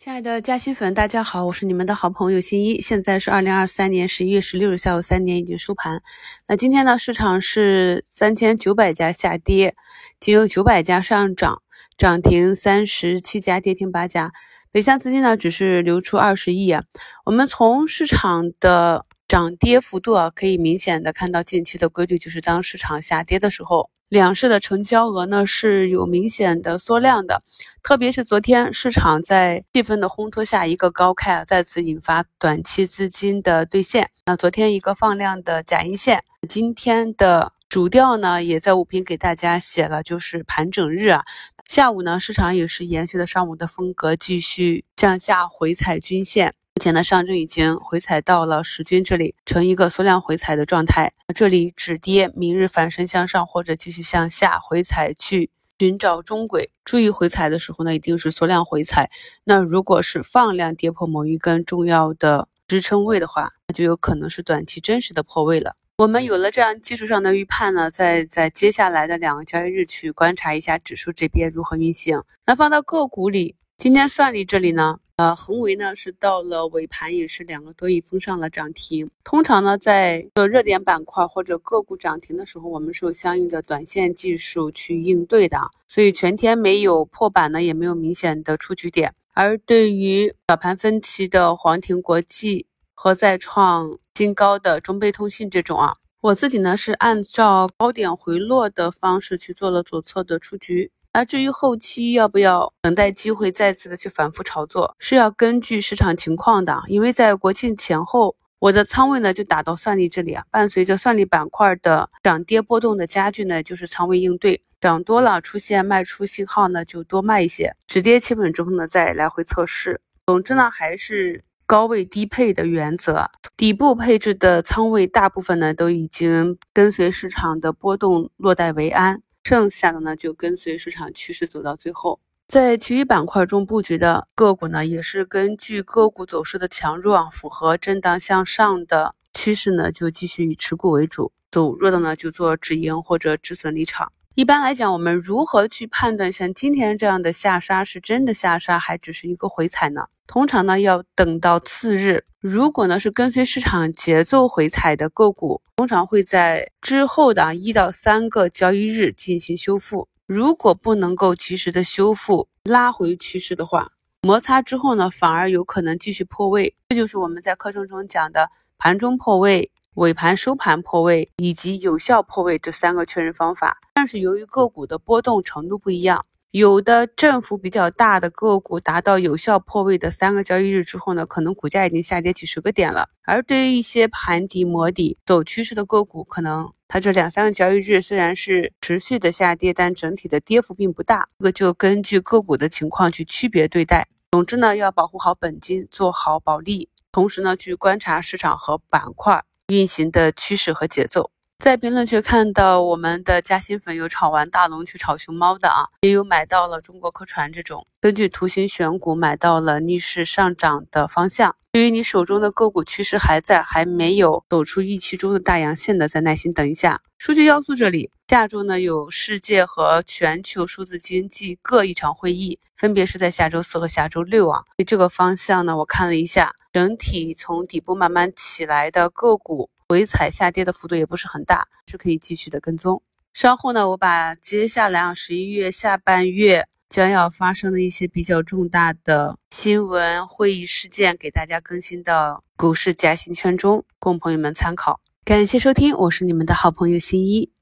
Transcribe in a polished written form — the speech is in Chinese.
亲爱的嘉兴粉，大家好，我是你们的好朋友新一。现在是2023年11月16日下午3点，已经收盘。那今天呢，市场是3900家下跌，仅有900家上涨，涨停37家，跌停8家。北向资金呢，只是流出20亿啊。我们从市场的涨跌幅度可以明显的看到近期的规律，就是当市场下跌的时候，两市的成交额呢是有明显的缩量的。特别是昨天市场在气氛的烘托下一个高开再次引发短期资金的兑现。那昨天一个放量的假阴线，今天的主调呢也在午评给大家写了，就是盘整日下午呢市场也是延续了上午的风格，继续向下回踩均线。目前呢上证已经回踩到了10均这里，呈一个缩量回踩的状态，这里止跌，明日反身向上或者继续向下回踩去寻找中轨。注意回踩的时候呢，一定是缩量回踩。那如果是放量跌破某一根重要的支撑位的话，那就有可能是短期真实的破位了。我们有了这样技术上的预判呢，在接下来的2个交易日去观察一下指数这边如何运行。那放到个股里，今天算力这里呢，恒为呢是到了尾盘也是2个多亿封上了涨停。通常呢，在热点板块或者个股涨停的时候，我们是有相应的短线技术去应对的，所以全天没有破板呢，也没有明显的出局点。而对于早盘分歧的黄庭国际和再创新高的中贝通信这种我自己呢是按照高点回落的方式去做了左侧的出局。而至于后期要不要等待机会再次的去反复炒作，是要根据市场情况的。因为在国庆前后，我的仓位呢就打到算力这里伴随着算力板块的涨跌波动的加剧呢，就是仓位应对，涨多了出现卖出信号呢，就多卖一些，止跌企稳之后呢，再来回测试。总之呢，还是高位低配的原则，底部配置的仓位大部分呢都已经跟随市场的波动落袋为安，剩下的呢就跟随市场趋势走到最后。在其余板块中布局的个股呢，也是根据个股走势的强弱符合震荡向上的趋势呢，就继续以持股为主，走弱的呢就做止盈或者止损离场。一般来讲，我们如何去判断像今天这样的下杀是真的下杀还只是一个回踩呢？通常呢要等到次日，如果呢是跟随市场节奏回踩的个股，通常会在之后的1到3个交易日进行修复。如果不能够及时的修复拉回趋势的话，摩擦之后呢反而有可能继续破位。这就是我们在课程中讲的盘中破位、尾盘收盘破位以及有效破位这3个确认方法。但是由于个股的波动程度不一样，有的振幅比较大的个股达到有效破位的3个交易日之后呢，可能股价已经下跌几十个点了。而对于一些盘底磨底走趋势的个股，可能它这2-3个交易日虽然是持续的下跌，但整体的跌幅并不大，这个就根据个股的情况去区别对待。总之呢，要保护好本金，做好保利，同时呢去观察市场和板块运行的趋势和节奏。在评论区看到我们的嘉兴粉有炒完大龙去炒熊猫的也有买到了中国科传这种根据图形选股买到了逆势上涨的方向。对于你手中的个股趋势还在，还没有走出预期中的大阳线的，再耐心等一下。数据要素这里，下周呢有世界和全球数字经济各一场会议，分别是在下周4和下周6这个方向呢，我看了一下，整体从底部慢慢起来的个股回踩下跌的幅度也不是很大，是可以继续的跟踪。稍后呢，我把接下来11月下半月将要发生的一些比较重大的新闻会议事件给大家更新到股市嘉兴圈中，供朋友们参考。感谢收听，我是你们的好朋友新一。